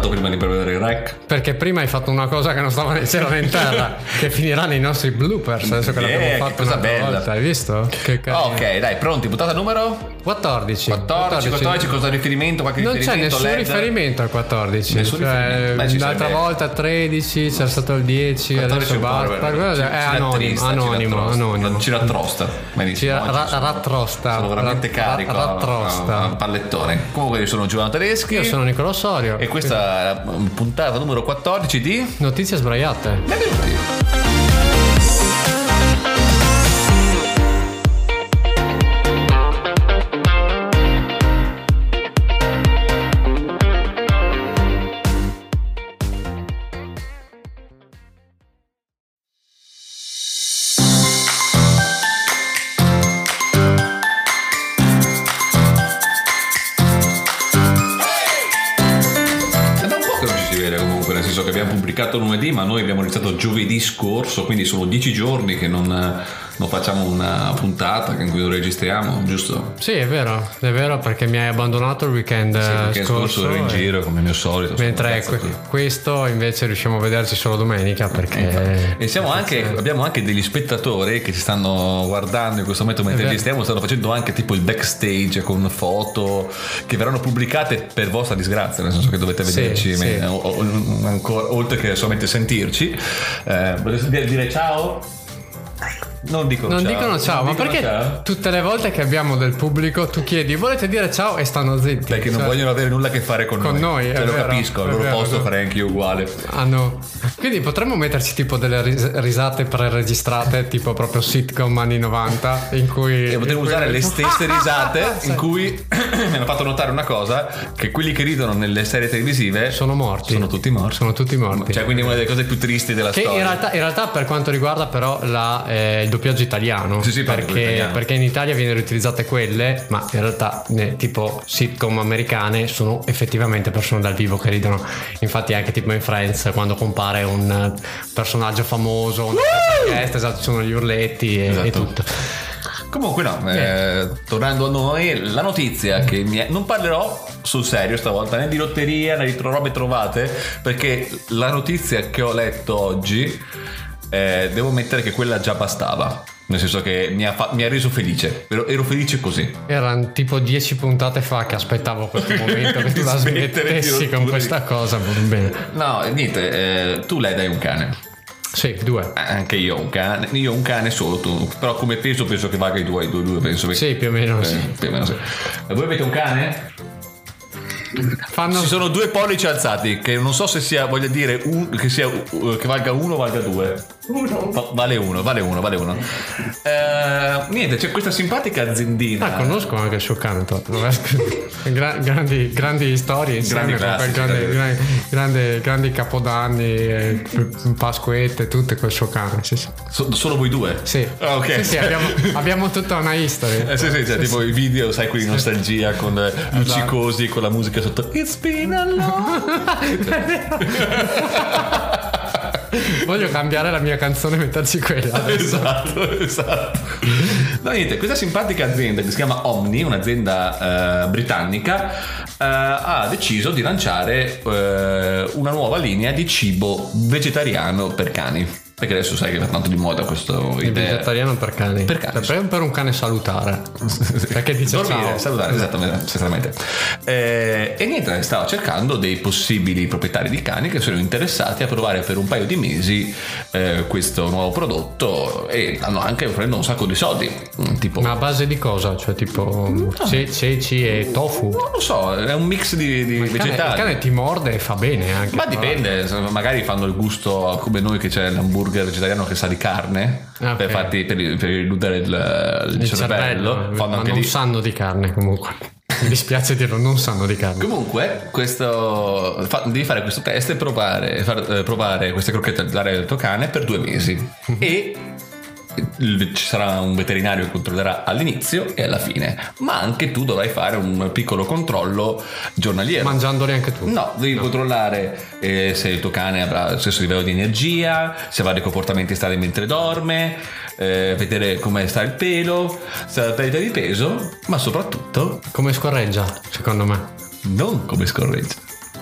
fatto prima di prevedere il rec? Perché prima hai fatto una cosa che non stava né cielo né in terra, che finirà nei nostri bloopers. Adesso che l'abbiamo fatto cosa un'altra bella. volta, hai visto? Che carino. Ok, dai, pronti, puntata numero 14. 14, cosa riferimento? Qualche Non c'è riferimento? nessun LED? riferimento al 14. Nessun riferimento. Beh, ci l'altra sarebbe- volta 13, c'era stato il 10, 14 adesso un po', basta. ci È anonimo. Ci rattrosta. Ci rattrosta. Sono veramente carico Rattrosta. a pallettone. Comunque io sono Giovanni Tedeschi. Io sono Nicolò Sorio. E questa è la puntata numero 14 di Notizie sbraiate. Benvenuti. Che abbiamo pubblicato lunedì, ma noi abbiamo iniziato giovedì scorso, quindi sono 10 giorni che non facciamo una puntata in cui lo registriamo, giusto? Sì, è vero, perché mi hai abbandonato il weekend scorso ero in giro come al mio solito. Mentre questo invece riusciamo a vederci solo domenica perché... E abbiamo anche degli spettatori che ci stanno guardando in questo momento mentre registriamo, stanno facendo anche tipo il backstage con foto che verranno pubblicate per vostra disgrazia, nel senso che dovete vederci ancora, oltre che solamente sentirci. Volete dire ciao? Non dicono ciao, ma perché tutte le volte che abbiamo del pubblico tu chiedi volete dire ciao e stanno zitti? Perché non vogliono avere nulla a che fare con noi. Lo capisco, al loro posto farei anche io uguale. Ah no. Quindi potremmo metterci tipo delle risate preregistrate, tipo proprio sitcom anni 90 in cui... E potremmo usare le stesse risate in cui mi hanno fatto notare una cosa, che quelli che ridono nelle serie televisive sono morti. Sono tutti morti. Cioè, quindi una delle cose più tristi della storia. In realtà per quanto riguarda però il doppiaggio italiano, perché in Italia viene riutilizzate quelle, ma in realtà tipo sitcom americane sono effettivamente persone dal vivo che ridono. Infatti anche tipo in Friends, quando compare un personaggio famoso, esatto, sono gli urletti e tutto. Comunque tornando a noi, la notizia che non parlerò sul serio stavolta né di lotteria né di robe trovate, perché la notizia che ho letto oggi devo ammettere che quella già bastava. Nel senso che mi ha reso felice. Ero felice così. Erano tipo 10 puntate fa che aspettavo questo momento che tu la smettessi con questa cosa. Bene. No, niente, tu lei dai un cane. Sì, 2. Anche io ho un cane. Io ho un cane solo, tu. Però come peso penso che valga i due penso. Sì, più o meno sì. Più o meno sì. Voi avete un cane? Ci sono 2 pollici alzati, che non so se sia, voglio dire, che valga 1 o valga 2. Vale uno. Niente, c'è questa simpatica aziendina. Conosco anche il suo cane. Grandi storie insieme, grandi capodanni, Pasquette, tutte col suo cane. Sì. Solo voi due? Sì. Okay. Sì, abbiamo tutta una history. Sì, tipo i video, sai, quelli di nostalgia con luccicosi, con la musica sotto. It's been a long. Voglio cambiare la mia canzone e metterci quella. Esatto. No, niente, questa simpatica azienda che si chiama Omni, un'azienda britannica, ha deciso di lanciare una nuova linea di cibo vegetariano per cani. Perché adesso sai che va tanto di moda questo idea. Vegetariano per cani. Per un cane salutare. Perché dice dormire, salutare, esattamente. E niente, stavo cercando dei possibili proprietari di cani che sono interessati a provare per un paio di mesi questo nuovo prodotto, e stanno anche offrendo un sacco di soldi. Tipo... Ma a base di cosa? Cioè tipo ceci e tofu? Non lo so, è un mix di vegetali. Il cane ti morde e fa bene anche. Ma dipende, magari fanno il gusto come noi, che c'è l'hamburger vegetariano che sa di carne, okay. per illudere il cervello. Ma non sanno di carne comunque. Mi dispiace dirlo, non sanno di carne. Comunque devi fare questo test e provare queste crocchette del tuo cane per 2 mesi. E ci sarà un veterinario che controllerà all'inizio e alla fine, ma anche tu dovrai fare un piccolo controllo giornaliero. Mangiandoli anche tu? No, devi controllare se il tuo cane avrà lo stesso livello di energia, se avrà dei comportamenti strani mentre dorme, vedere come sta il pelo, se ha la perdita di peso, ma soprattutto come scorreggia, secondo me. Non come scorreggia.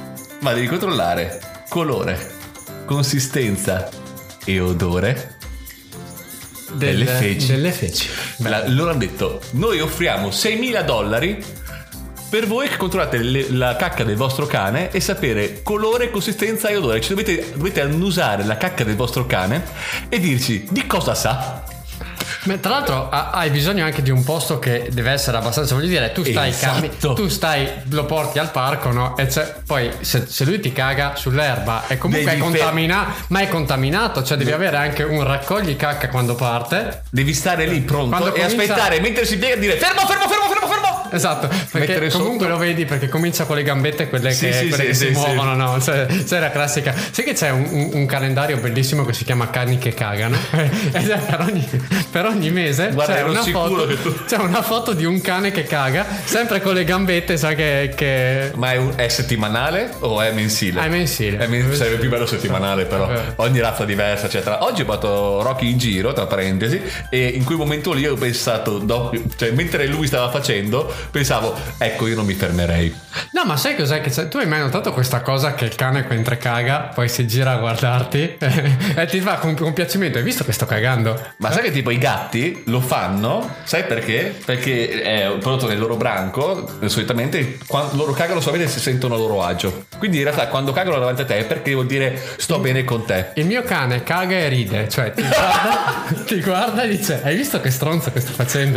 Ma devi controllare colore, consistenza e odore delle feci. Loro hanno detto: noi offriamo $6.000 per voi che controllate la cacca del vostro cane e sapere colore, consistenza e odore. Cioè dovete annusare la cacca del vostro cane e dirci di cosa sa. Ma tra l'altro hai bisogno anche di un posto che deve essere abbastanza, voglio dire, tu stai lo porti al parco, no? E poi se lui ti caga sull'erba e comunque è contaminato, cioè devi avere anche un raccogli cacca quando parte. Devi stare lì pronto e aspettare mentre si piega e dire fermo. Esatto, perché comunque lo vedi, perché comincia con le gambette quelle che si muovono, no? Cioè la classica. Sai che c'è un calendario bellissimo che si chiama Cani che cagano per ogni mese. Guarda, c'è una foto di un cane che caga sempre con le gambette, sa che... Ma è settimanale o è mensile? È mensile. Sarebbe più bello settimanale, però ogni razza diversa, eccetera. Oggi ho fatto Rocky in giro, tra parentesi, e in quel momento lì ho pensato, cioè mentre lui stava facendo, pensavo, ecco, io non mi fermerei. No, ma sai cos'è che tu hai mai notato questa cosa che il cane mentre caga poi si gira a guardarti e ti fa con compiacimento, hai visto che sto cagando? Ma sai che tipo i gatti lo fanno, sai perché? Perché è un prodotto nel loro branco, solitamente quando loro cagano solamente si sentono a loro agio, quindi in realtà quando cagano davanti a te è perché vuol dire sto bene con te. Il mio cane caga e ride, cioè ti guarda e dice, hai visto che stronzo che sto facendo?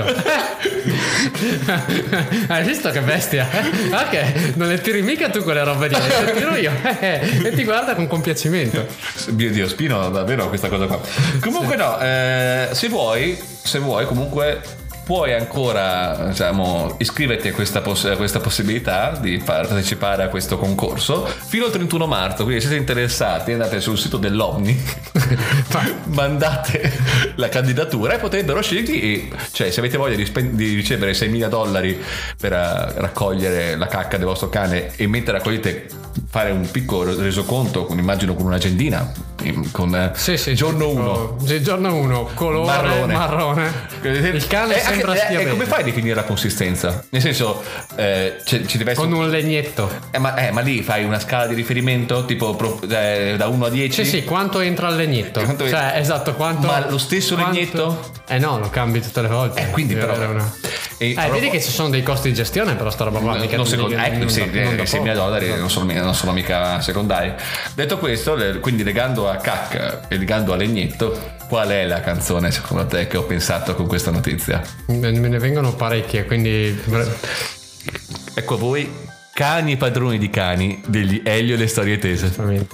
Hai visto che bestia? Ok, non le tiri mica tu quelle robe lì, le tiro io. E ti guarda con compiacimento. Mio Dio, Spino davvero questa cosa qua. Comunque no, se vuoi comunque puoi ancora, diciamo, iscriverti a questa possibilità di partecipare a questo concorso fino al 31 marzo. Quindi se siete interessati andate sul sito dell'Omni, mandate la candidatura e potrebbero sceglierti, cioè se avete voglia di ricevere $6.000 per raccogliere la cacca del vostro cane e mentre raccogliete fare un piccolo resoconto, immagino con un'agendina con giorno 1 giorno 1 colore marrone. Il cane sembra stia bene. E come fai a definire la consistenza? Nel senso ci deve essere con un legnetto, ma lì fai una scala di riferimento tipo da 1 a 10? Sì, quanto entra il legnetto, esatto, quanto. Ma lo stesso legnetto? No, lo cambi tutte le volte, quindi però vedi che ci sono dei costi di gestione per sta roba qua, mica $6.000 non sono mica secondari. Detto questo, quindi legando a cacca e legando a legnetto, qual è la canzone secondo te che ho pensato con questa notizia? Me ne vengono parecchie, quindi ecco a voi Cani e padroni di cani degli Elio e le storie tese.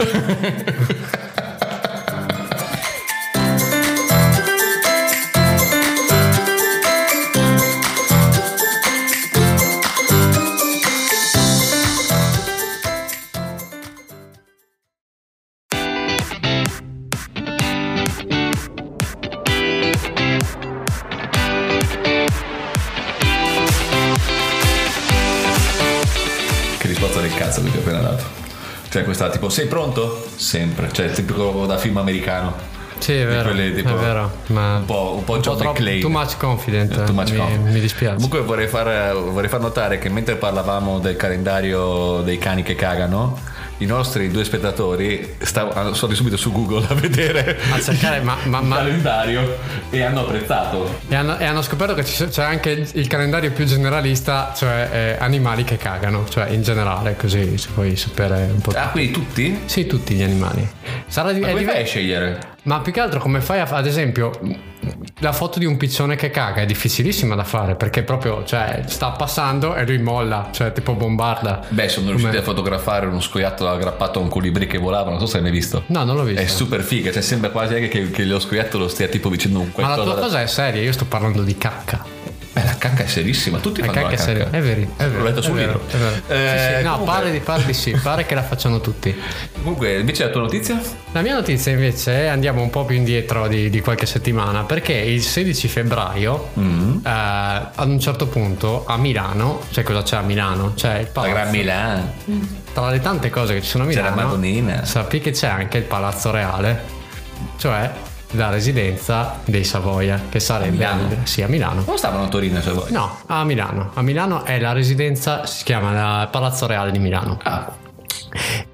Cazzo che ti ho appena dato. Cioè questa tipo sei pronto? Sempre. Cioè il tipico da film americano. Sì, è vero, quelle, tipo, è vero, ma un po' John McClane. Too much confident. Mi dispiace. Comunque vorrei far notare che mentre parlavamo del calendario dei cani che cagano, i nostri 2 spettatori sono subito su Google a vedere a cercare il calendario e hanno apprezzato e hanno scoperto che c'è anche il calendario più generalista, cioè animali che cagano, cioè in generale, così se puoi sapere un po'. Quindi tutti? Sì, tutti gli animali. Ma come fai a scegliere? Ma più che altro come fai ad esempio la foto di un piccione che caga è difficilissima da fare, perché proprio, cioè, sta passando e lui molla, cioè tipo bombarda. Beh, sono riusciti a fotografare uno scoiattolo aggrappato a un colibrì che volava, non so se l'hai mai visto. No, non l'ho visto. È super figa, cioè sembra quasi anche che lo scoiattolo stia tipo dicendo un qualcosa. Ma la tua cosa è seria, io sto parlando di cacca. La cacca è serissima, tutti fanno la cacca. È vero. L'ho letto sul libro. No, comunque... pare che la facciano tutti. Comunque, invece la tua notizia? La mia notizia invece andiamo un po' più indietro di qualche settimana, perché il 16 febbraio ad un certo punto a Milano, cioè cosa c'è a Milano? C'è il palazzo. La Gran Milano. Tra le tante cose che ci sono a Milano, c'è la Madonnina. Sappi che c'è anche il Palazzo Reale, cioè la residenza dei Savoia, che sarebbe a Milano. Non stavano a Torino i Savoia? No, a Milano. A Milano è la residenza, si chiama il Palazzo Reale di Milano.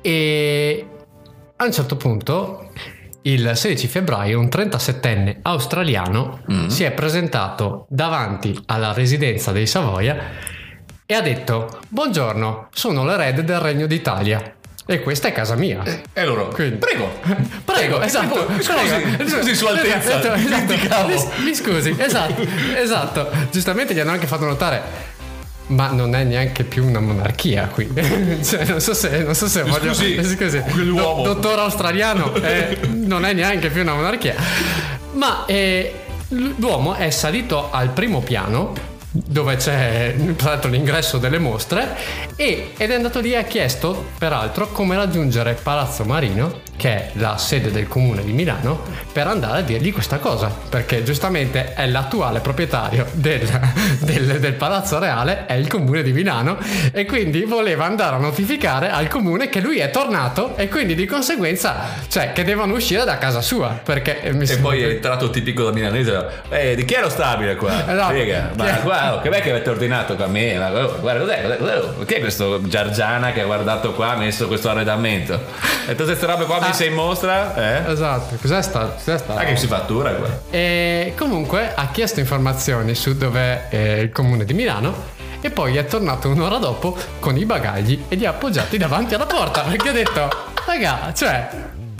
E a un certo punto, il 16 febbraio, un 37enne australiano si è presentato davanti alla residenza dei Savoia e ha detto: buongiorno, sono l'erede del Regno d'Italia e questa è casa mia. E loro, quindi, prego, esatto. Scusi Sua Altezza, mi scusi, esatto. Giustamente gli hanno anche fatto notare: ma non è neanche più una monarchia qui. Cioè, non so se voglio. Scusi, quell'uomo. Dottor australiano, non è neanche più una monarchia. Ma l'uomo è salito al primo piano, dove c'è tra l'altro l'ingresso delle mostre, ed è andato lì e ha chiesto peraltro come raggiungere Palazzo Marino, che è la sede del comune di Milano, per andare a dirgli questa cosa, perché giustamente è l'attuale proprietario del Palazzo Reale, è il comune di Milano, e quindi voleva andare a notificare al comune che lui è tornato e quindi di conseguenza, cioè, che devono uscire da casa sua, perché poi è entrato tipico da milanese: di chi è lo stabile qua? Esatto. Spiega, ma qua, che avete ordinato qua a me? Guarda, cos'è? Chi è questo Giargiana che ha guardato qua, ha messo questo arredamento? E tutte queste robe qua messe in mostra? Esatto, cos'è sta? Che si fattura qua? E comunque ha chiesto informazioni su dov'è il comune di Milano, e poi è tornato un'ora dopo con i bagagli e li ha appoggiati davanti alla porta, perché ha detto: raga, cioè,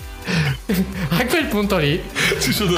a quel punto lì si sono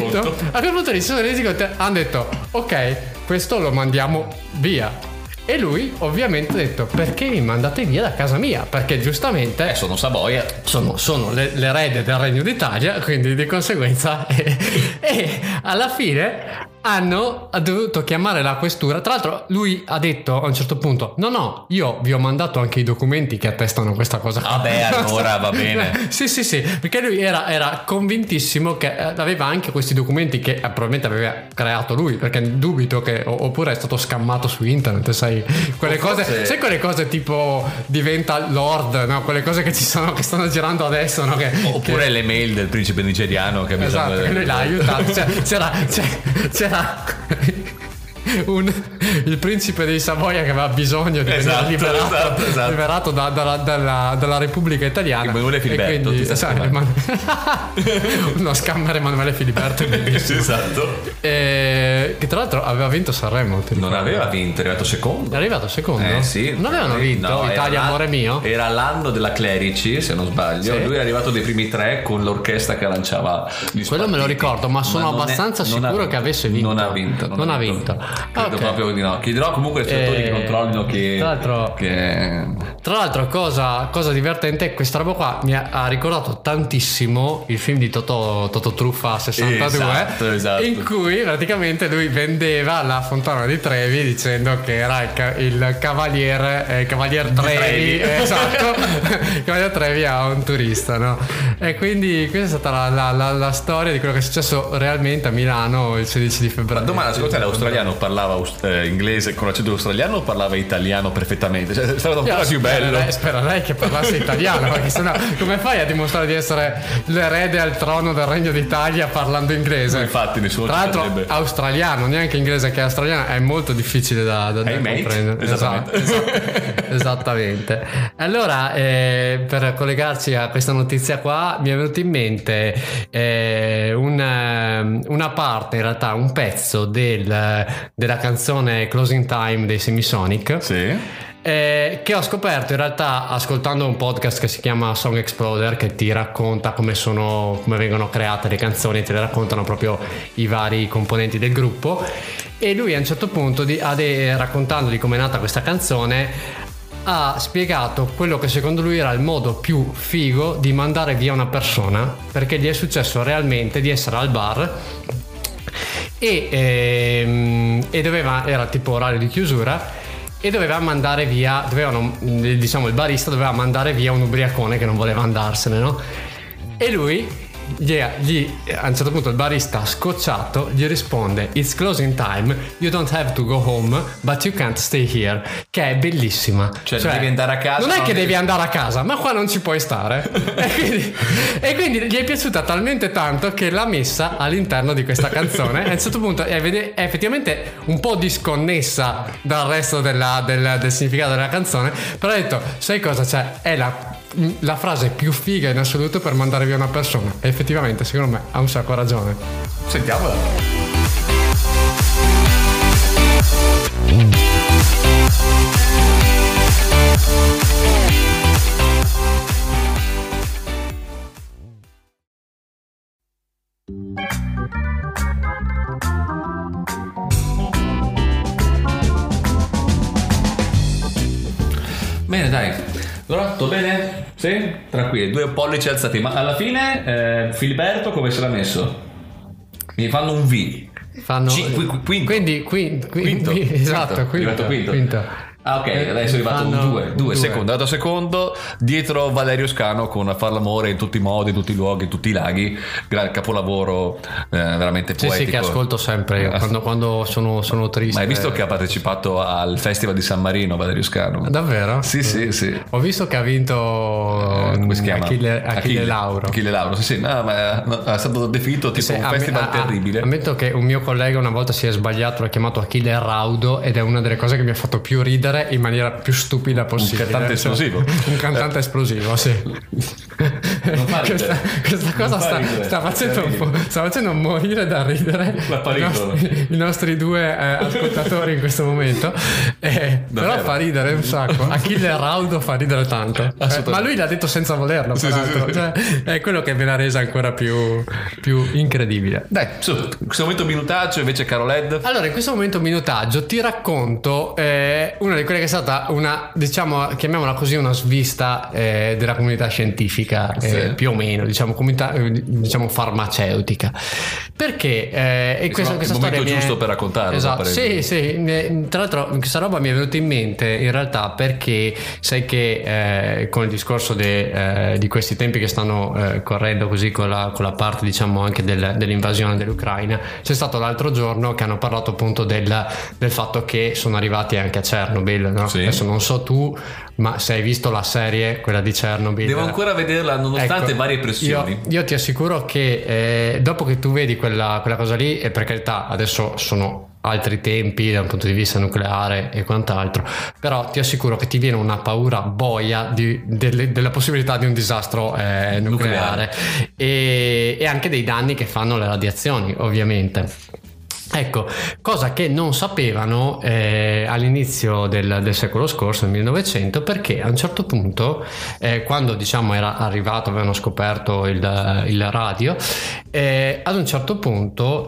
resi conto, hanno detto: ok, questo lo mandiamo via. E lui ovviamente ha detto: perché mi mandate via da casa mia? Perché giustamente sono Savoia, sono l'erede del Regno d'Italia, quindi di conseguenza e alla fine hanno dovuto chiamare la questura. Tra l'altro lui ha detto a un certo punto: no, io vi ho mandato anche i documenti che attestano questa cosa. Vabbè, allora va bene. sì, perché lui era convintissimo che aveva anche questi documenti che probabilmente aveva creato lui, perché dubito che oppure è stato scammato su internet, sai, quelle cose, sai, quelle cose tipo diventa Lord, no? Quelle cose che ci sono, che stanno girando adesso, no? Oppure le mail del principe nigeriano che esatto, che lui l'ha aiutato. C'era il principe dei Savoia che aveva bisogno di venire liberato dalla Repubblica Italiana. Emanuele Filiberto, uno scammer Emanuele Filiberto, esatto. Che tra l'altro aveva vinto Sanremo. Non aveva vinto, è arrivato secondo. Sì. Non avevano vinto Italia amore mio? Era l'anno della Clerici, se non sbaglio. Lui è arrivato dei primi 3 con l'orchestra che lanciava gli quello me lo ricordo, ma sono abbastanza sicuro che avesse vinto. Non ha vinto. Credo proprio di no. Chiederò comunque ai spettatori che controllino tra l'altro cosa divertente, questa roba qua mi ha ricordato tantissimo il film di Totò Truffa 62, esatto. In cui praticamente lui vendeva la Fontana di Trevi dicendo che era il cavalier Trevi. Esatto. Il cavalier Trevi a un turista, no? E quindi questa è stata la storia di quello che è successo realmente a Milano il 16 di febbraio. Ma domanda, secondo te l'australiano parlava inglese con l'accento australiano o parlava italiano perfettamente? Cioè, sarebbe ancora più bello. Spererei che parlasse italiano, perché sennò come fai a dimostrare di essere l'erede al trono del Regno d'Italia parlando inglese? No, infatti nessuno. Tra l'altro australiano, neanche inglese che australiano, è molto difficile da comprendere. Esattamente. Allora, per collegarci a questa notizia qua, mi è venuto in mente una parte, in realtà un pezzo della canzone Closing Time dei Semisonic. Sì. Che ho scoperto in realtà ascoltando un podcast che si chiama Song Exploder, che ti racconta come vengono create le canzoni, te le raccontano proprio i vari componenti del gruppo, e lui a un certo punto raccontando di come è nata questa canzone ha spiegato quello che secondo lui era il modo più figo di mandare via una persona, perché gli è successo realmente di essere al bar e era tipo orario di chiusura e doveva mandare via, il barista doveva mandare via un ubriacone che non voleva andarsene, no? E lui a un certo punto il barista scocciato gli risponde: "It's closing time, you don't have to go home, but you can't stay here", che è bellissima. Cioè devi andare a casa. Non è che devi andare a casa, ma qua non ci puoi stare. e quindi gli è piaciuta talmente tanto che l'ha messa all'interno di questa canzone. E a un certo punto è effettivamente un po' disconnessa dal resto del significato della canzone, però ha detto: sai cosa c'è? È la la frase più figa in assoluto per mandare via una persona. E effettivamente, secondo me, ha un sacco ragione. Sentiamola. Bene, dai. Allora, tutto bene? Sì? Tranquilli, 2 pollici alzati. Ma alla fine, Filiberto come se l'ha messo? Mi fanno un V. Quinto. Quinto. Esatto, quinto. Ah, ok, adesso è arrivato un 2 secondo. Dato secondo, dietro Valerio Scano con A far l'amore in tutti i modi, in tutti i luoghi, in tutti i laghi. Gran capolavoro, veramente poetico. Sì, che ascolto sempre io, quando sono triste. Ma hai visto che ha partecipato al Festival di San Marino Valerio Scano? Davvero? Sì. Ho visto che ha vinto come si chiama? Achille Lauro. Achille Lauro, sì. No, ma è stato definito tipo un festival terribile. Ammetto che un mio collega una volta si è sbagliato, l'ha chiamato Achille Raudo, ed è una delle cose che mi ha fatto più ridere in maniera più stupida possibile. Un cantante esplosivo. Un cantante esplosivo, sì. Questa cosa sta facendo morire da ridere i nostri 2 ascoltatori in questo momento. Però fa ridere un sacco. Achille Raudo fa ridere tanto. Ma lui l'ha detto senza volerlo, peraltro. Cioè, è quello che me l'ha resa ancora più incredibile. Dai, su, in questo momento minutaggio invece, caro Led. Allora, in questo momento minutaggio ti racconto una di quelle che è stata una, diciamo, chiamiamola così, una svista della comunità scientifica, più o meno, diciamo, comunità, diciamo, farmaceutica. Perché questa storia è giusto per raccontarlo. Esatto, sì. Tra l'altro questa roba mi è venuta in mente in realtà perché sai che con il discorso di questi tempi che stanno correndo così con la parte, diciamo, anche dell'invasione dell'Ucraina, c'è stato l'altro giorno che hanno parlato appunto del fatto che sono arrivati anche a Chernobyl, no? Sì. Adesso non so tu, ma se hai visto la serie, quella di Chernobyl, devo ancora vederla nonostante varie pressioni. Io ti assicuro che dopo che tu vedi quella cosa lì, e per carità adesso sono altri tempi dal punto di vista nucleare e quant'altro, però ti assicuro che ti viene una paura boia della possibilità di un disastro nucleare. E anche dei danni che fanno le radiazioni, ovviamente. Ecco, cosa che non sapevano all'inizio del secolo scorso, nel 1900, perché a un certo punto, quando, diciamo, era arrivato, avevano scoperto il radio, ad un certo punto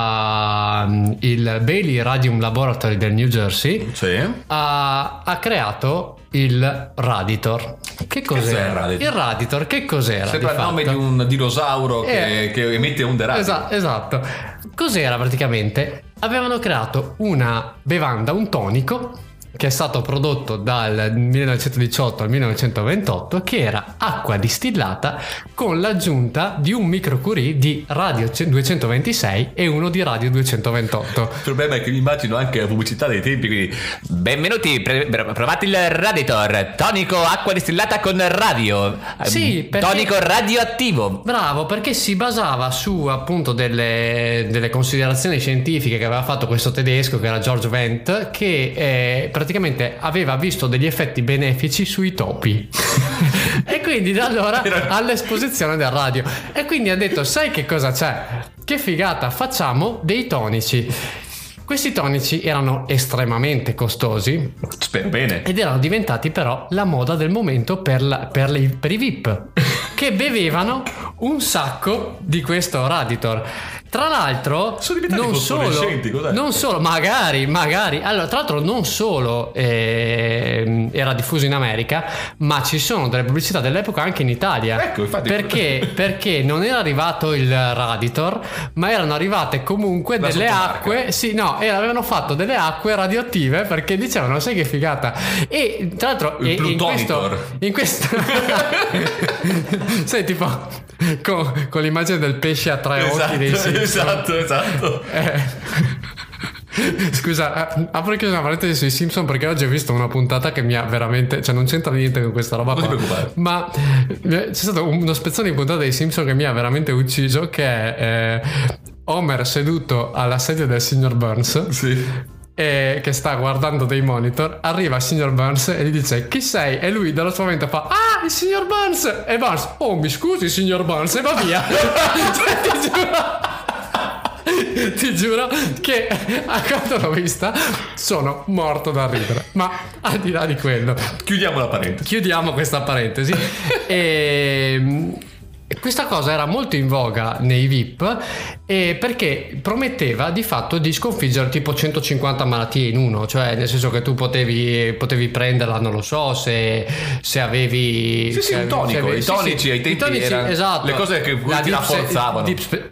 il Bailey Radium Laboratory del New Jersey ha creato il Raditor. Che cos'era? Il Raditor, che cos'era? Sembra il nome di un dinosauro che emette onde radio. Esatto. Cos'era praticamente? Avevano creato una bevanda, un tonico, che è stato prodotto dal 1918 al 1928, che era acqua distillata con l'aggiunta di un microcurie di radio 226 e uno di radio 228. Il problema è che mi immagino anche la pubblicità dei tempi, quindi benvenuti, provate il Raditor, tonico acqua distillata con radio, sì, tonico radioattivo. Bravo, perché si basava su appunto delle considerazioni scientifiche che aveva fatto questo tedesco, che era George Wendt, che praticamente aveva visto degli effetti benefici sui topi e quindi da allora all'esposizione del radio, e quindi ha detto: sai che cosa c'è? Che figata, facciamo dei tonici. Questi tonici erano estremamente costosi, spero bene, ed erano diventati però la moda del momento per i VIP che bevevano un sacco di questo Raditor. Tra l'altro non solo magari allora, tra l'altro non solo era diffuso in America, ma ci sono delle pubblicità dell'epoca anche in Italia. Ecco, infatti, perché non era arrivato il Raditor, ma erano arrivate comunque delle acque, avevano fatto delle acque radioattive, perché dicevano: sai che figata. E tra l'altro in questo sai, tipo con l'immagine del pesce a 3 occhi dei Simpson. Esatto. Scusa, apro e chiuso una parentesi sui Simpson, perché oggi ho visto una puntata che mi ha veramente, cioè non c'entra niente con questa roba qua, ma c'è stato uno spezzone di puntata dei Simpson che mi ha veramente ucciso, che è Homer seduto alla sedia del signor Burns. Sì. che sta guardando dei monitor, arriva il signor Burns e gli dice: chi sei? E lui dallo spavento fa: ah, il signor Burns! E Burns: oh, mi scusi signor Burns, e va via. Ti giuro che quando l'ho vista sono morto da ridere. Ma al di là di quello, chiudiamo questa parentesi. E questa cosa era molto in voga nei VIP, perché prometteva di fatto di sconfiggere tipo 150 malattie in uno, cioè nel senso che tu potevi prenderla, non lo so, se avevi un tonico, i tonici ai tempi erano esatto, le cose che ti rafforzavano.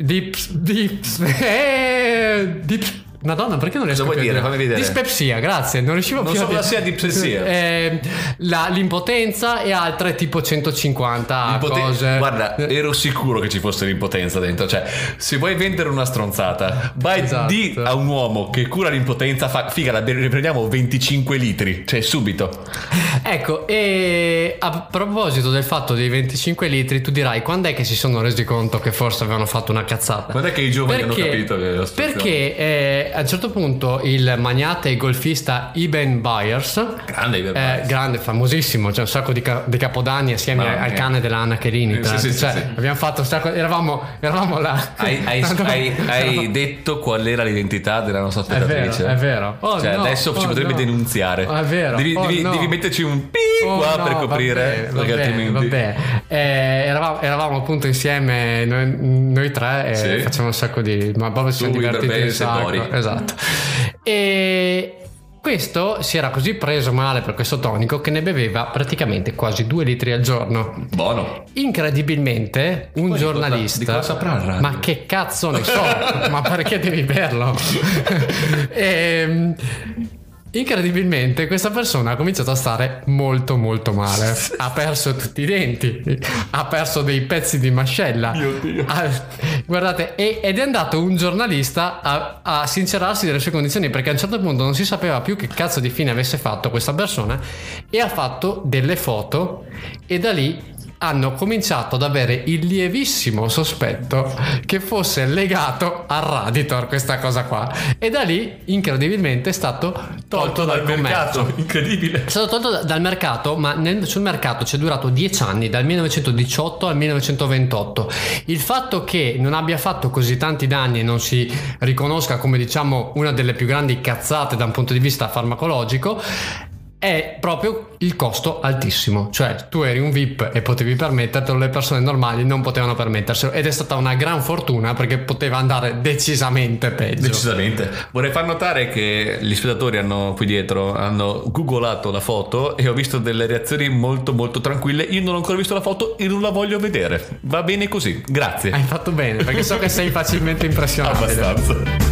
Madonna, perché non riesco a dire? Fammi vedere. Dispepsia, grazie. Non riuscivo più a dire. Non so cosa sia dispepsia. L'impotenza e altre tipo 150 cose. Guarda, ero sicuro che ci fosse l'impotenza dentro. Cioè, se vuoi vendere una stronzata, vai di a un uomo che cura l'impotenza, figa, la riprendiamo 25 litri. Cioè, subito. Ecco, e a proposito del fatto dei 25 litri, tu dirai: quando è che si sono resi conto che forse avevano fatto una cazzata? Quando è che i giovani hanno capito che la situazione? Perché a un certo punto il magnate e golfista Eben Byers, grande, famosissimo, c'è un sacco di capodanni assieme al cane della Anna Cherini. Sì. Abbiamo fatto un sacco, eravamo là. Hai detto qual era l'identità della nostra spettatrice? È vero. Adesso ci potrebbe denunziare. È vero. Devi metterci un pi qua per coprire. Vabbè. Eravamo appunto insieme noi tre e facciamo un sacco di. Ma proprio ci siamo divertiti un sacco. Esatto. E questo si era così preso male per questo tonico che ne beveva praticamente quasi 2 litri al giorno. Buono. Incredibilmente un giornalista di cosa saprà il radio? Ma che cazzo ne so. Ma perché devi berlo? Incredibilmente questa persona ha cominciato a stare molto molto male. Ha perso tutti i denti, ha perso dei pezzi di mascella. Mio Dio. Guardate, ed è andato un giornalista a sincerarsi delle sue condizioni, perché a un certo punto non si sapeva più che cazzo di fine avesse fatto questa persona, e ha fatto delle foto, e da lì hanno cominciato ad avere il lievissimo sospetto che fosse legato al Raditor questa cosa qua, e da lì incredibilmente è stato tolto dal mercato. Incredibile. È stato tolto dal mercato, ma sul mercato c'è durato 10 anni, dal 1918 al 1928. Il fatto che non abbia fatto così tanti danni e non si riconosca come, diciamo, una delle più grandi cazzate da un punto di vista farmacologico è proprio il costo altissimo. Cioè, tu eri un VIP e potevi permettertelo, le persone normali non potevano permetterselo, ed è stata una gran fortuna, perché poteva andare decisamente peggio. Decisamente. Vorrei far notare che gli spettatori qui dietro hanno googolato la foto e ho visto delle reazioni molto molto tranquille. Io non ho ancora visto la foto e non la voglio vedere. Va bene così, grazie. Hai fatto bene, perché so che sei facilmente impressionabile. Abbastanza.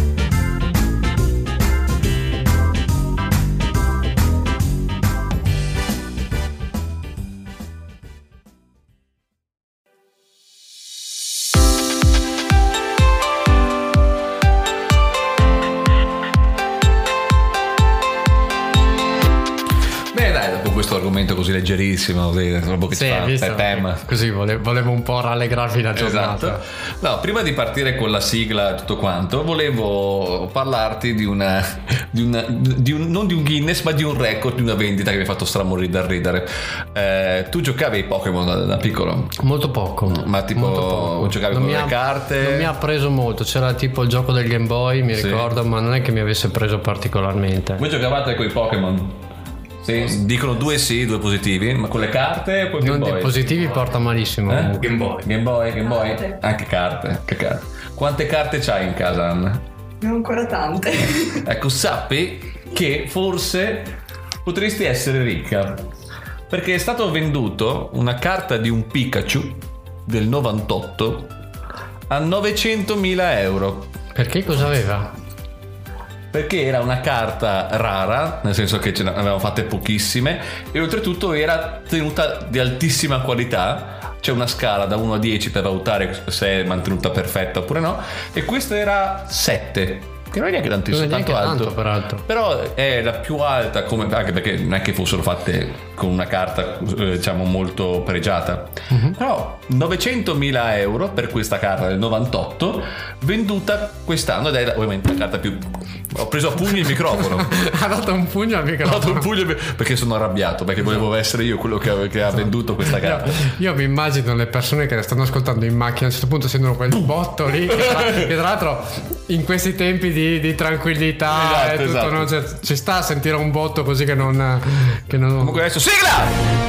Argomento così leggerissimo, roba che ci fa tema. Così volevo un po' rallegrarvi la giornata. Esatto. No, prima di partire con la sigla e tutto quanto, volevo parlarti di non di un Guinness, ma di un record, di una vendita che mi ha fatto stramorire dal ridere. Tu giocavi ai Pokémon da piccolo? Molto poco. Ma tipo giocavi con le carte? Non mi ha preso molto, c'era tipo il gioco del Game Boy, mi ricordo, ma non è che mi avesse preso particolarmente. Voi giocavate con i Pokémon? Sì, dicono 2 sì, 2 positivi, ma con le carte o con il Game Boy? Non positivi porta malissimo. Game Boy. Anche carte. Quante carte c'hai in casa, Anna? Ne ho ancora tante. Ecco, sappi che forse potresti essere ricca, perché è stato venduto una carta di un Pikachu del 98 a 900.000 euro. Perché cosa aveva? Perché era una carta rara, nel senso che ce ne avevamo fatte pochissime, e oltretutto era tenuta di altissima qualità. C'è una scala da 1 a 10 per valutare se è mantenuta perfetta oppure no, e questa era 7, che non è neanche tantissimo, tanto alto, peraltro. Però è la più alta, anche perché non è che fossero fatte con una carta diciamo molto pregiata. Però 900.000 euro per questa carta del 98, venduta quest'anno, ed è ovviamente la carta più... Ho preso a pugno il microfono. Ha dato un pugno al microfono. Ho dato un pugno perché sono arrabbiato, perché volevo essere io quello che ha venduto questa carta. Io mi immagino le persone che stanno ascoltando in macchina, a un certo punto sentono quel botto lì, che tra l'altro in questi tempi di tranquillità e tutto, no? Cioè, ci sta a sentire un botto così che non... Comunque adesso sigla!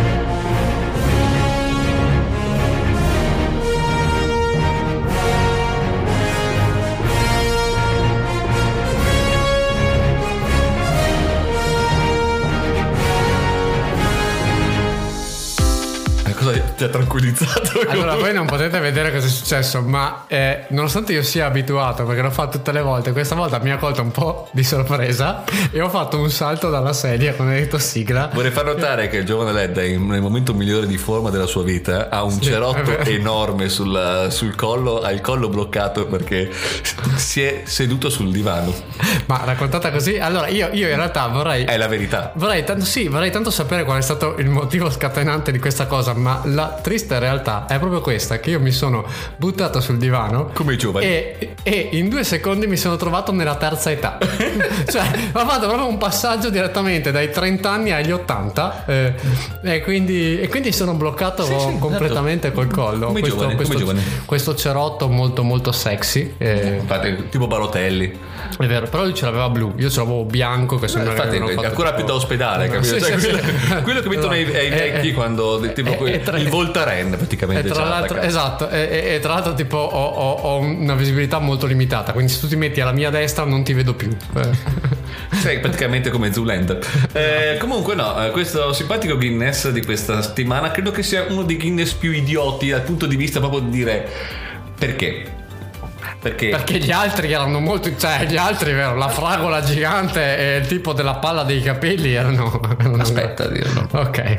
Ti ha tranquillizzato? Allora, voi non potete vedere cosa è successo, ma nonostante io sia abituato, perché l'ho fatto tutte le volte, questa volta mi ha colto un po' di sorpresa e ho fatto un salto dalla sedia quando hai detto sigla. Vorrei far notare che il giovane Led è nel momento migliore di forma della sua vita, ha un cerotto enorme sul collo, ha il collo bloccato perché si è seduto sul divano. Ma raccontata così, allora io in realtà vorrei... È la verità. Vorrei tanto sapere qual è stato il motivo scatenante di questa cosa, ma la triste realtà è proprio questa, che io mi sono buttato sul divano come i giovani e in 2 secondi mi sono trovato nella terza età. Cioè ho fatto proprio un passaggio direttamente dai 30 anni agli 80 e quindi sono bloccato completamente col collo. Come giovani. Questo cerotto molto molto sexy, infatti, tipo Balotelli. È vero, però lui ce l'aveva blu, io ce l'avevo bianco, che sembra infatti è ancora più da ospedale, capito? Quello che mettono ai vecchi quando tipo il Voltaren praticamente. E tra l'altro, esatto, e tra l'altro tipo ho una visibilità molto limitata, quindi se tu ti metti alla mia destra non ti vedo più. Sei praticamente come Zoolander. Comunque questo simpatico Guinness di questa settimana credo che sia uno dei Guinness più idioti dal punto di vista proprio di dire perché. Perché gli altri erano molto, cioè gli altri, vero, la fragola gigante e il tipo della palla dei capelli erano aspetta a dirlo. Ok.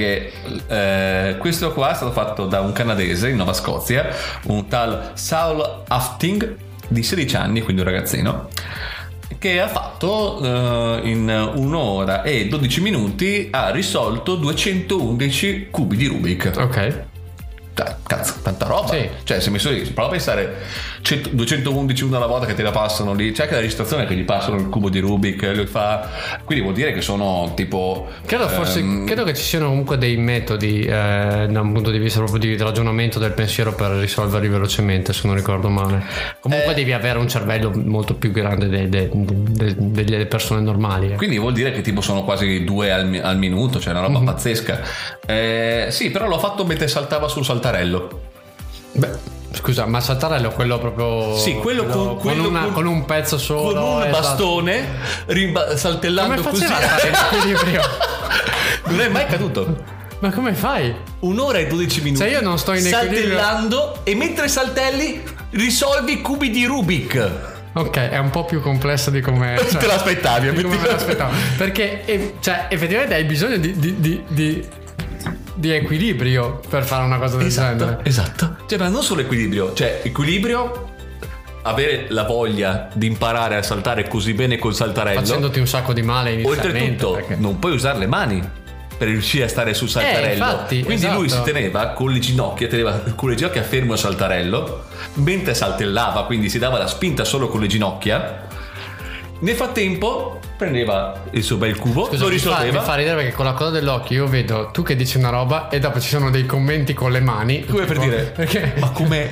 Questo qua è stato fatto da un canadese in Nuova Scozia, un tal Saul Hafting di 16 anni, quindi un ragazzino, che ha fatto in 1 ora e 12 minuti ha risolto 211 cubi di Rubik. Ok. Cazzo, tanta roba. Sì. Cioè, si è messo lì, prova a pensare 211 una alla volta che te la passano lì. C'è anche la registrazione che gli passano il cubo di Rubik, lo fa. Quindi vuol dire che sono tipo. Credo che ci siano comunque dei metodi da un punto di vista proprio di ragionamento del pensiero per risolverli velocemente, se non ricordo male. Comunque devi avere un cervello molto più grande delle persone normali. Quindi vuol dire che tipo sono quasi 2 al minuto, cioè una roba pazzesca. Sì, però l'ho fatto mentre saltava sul saltarello. Beh, scusa, ma saltarello quello proprio. Sì, quello con un pezzo solo. Con un bastone, saltellando come così. Non è mai caduto. Ma come fai? 1 ora e 12 minuti. Cioè io non sto in equilibrio. Saltellando e mentre saltelli risolvi cubi di Rubik. Ok, è un po' più complesso di come. Cioè, te l'aspettavi, di come me l'aspettavo. Perché cioè, effettivamente hai bisogno di equilibrio per fare una cosa del genere. Esatto. Cioè, ma non solo equilibrio, cioè equilibrio, avere la voglia di imparare a saltare così bene col saltarello, facendoti un sacco di male inizialmente. Oltretutto non puoi usare le mani per riuscire a stare sul saltarello. Infatti, quindi esatto. Lui si teneva con le ginocchia fermo al saltarello mentre saltellava, quindi si dava la spinta solo con le ginocchia. Nel frattempo prendeva il suo bel cubo, lo risolveva. Mi fa ridere perché con la coda dell'occhio io vedo tu che dici una roba e dopo ci sono dei commenti con le mani. Come per dire perché? Ma come?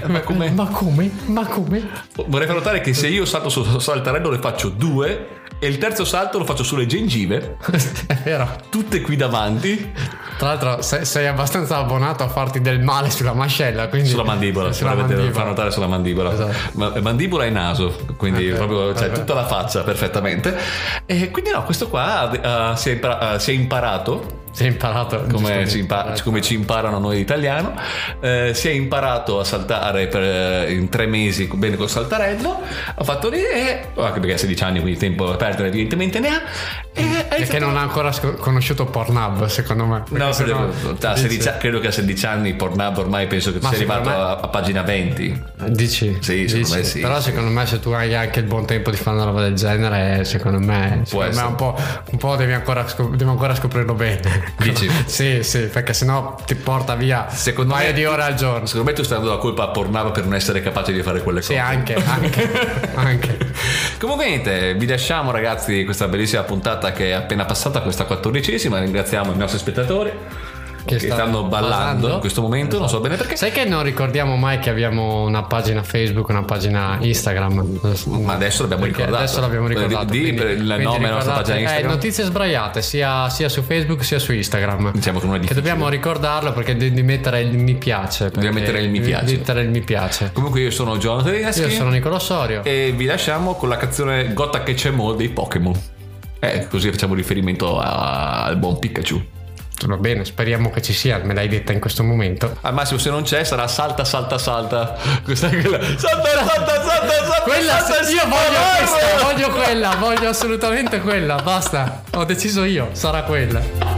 Vorrei far notare che se io salto sul saltarello ne faccio 2 e il terzo salto lo faccio sulle gengive. È vero. Tutte qui davanti. Tra l'altro sei abbastanza abbonato a farti del male sulla mascella, quindi sulla mandibola, far notare sulla mandibola. Esatto. Mandibola e naso, quindi proprio tutta la faccia perfettamente. E quindi questo qua si è imparato. Si è imparato come ci imparano noi italiano. Si è imparato a saltare in 3 mesi bene col saltarello. Ha fatto lì anche perché ha 16 anni, quindi tempo da perdere evidentemente ne ha. E che non ha ancora conosciuto Pornhub, secondo me. No, credo che a 16 anni Pornhub ormai penso che sia arrivato a pagina 20. Dici? Sì, secondo me sì. Però secondo me se tu hai anche il buon tempo di fare una roba del genere, secondo me un po' devi ancora scoprirlo bene. Dici? Sì, perché sennò ti porta via un paio di ore al giorno. Secondo me tu stai dando la colpa a Pornhub per non essere capace di fare quelle cose. Sì, anche. Comunque niente, vi lasciamo ragazzi questa bellissima puntata che è appena passata, questa 14ª. Ringraziamo i nostri spettatori che stanno ballando in questo momento, non so bene perché. Sai che non ricordiamo mai che abbiamo una pagina Facebook, una pagina Instagram, ma adesso l'abbiamo ricordato. Adesso l'abbiamo ricordato. Quindi il nome della nostra pagina Instagram. Notizie sbraiate sia su Facebook sia su Instagram. Diciamo che non è difficile. Che dobbiamo ricordarlo perché di mettere il mi piace. Dobbiamo mettere il mi piace. Comunque io sono Jonathan Tedeschi. Io sono Nicolò Sorio. E vi lasciamo con la canzone Gotta che c'è mo dei Pokémon. Così facciamo riferimento al buon Pikachu. Va bene, speriamo che ci sia, me l'hai detta in questo momento. Al massimo se non c'è sarà salta. Questa è quella. Salta. Quella io voglio questa, voglio quella, voglio assolutamente quella, basta. Ho deciso io, sarà quella.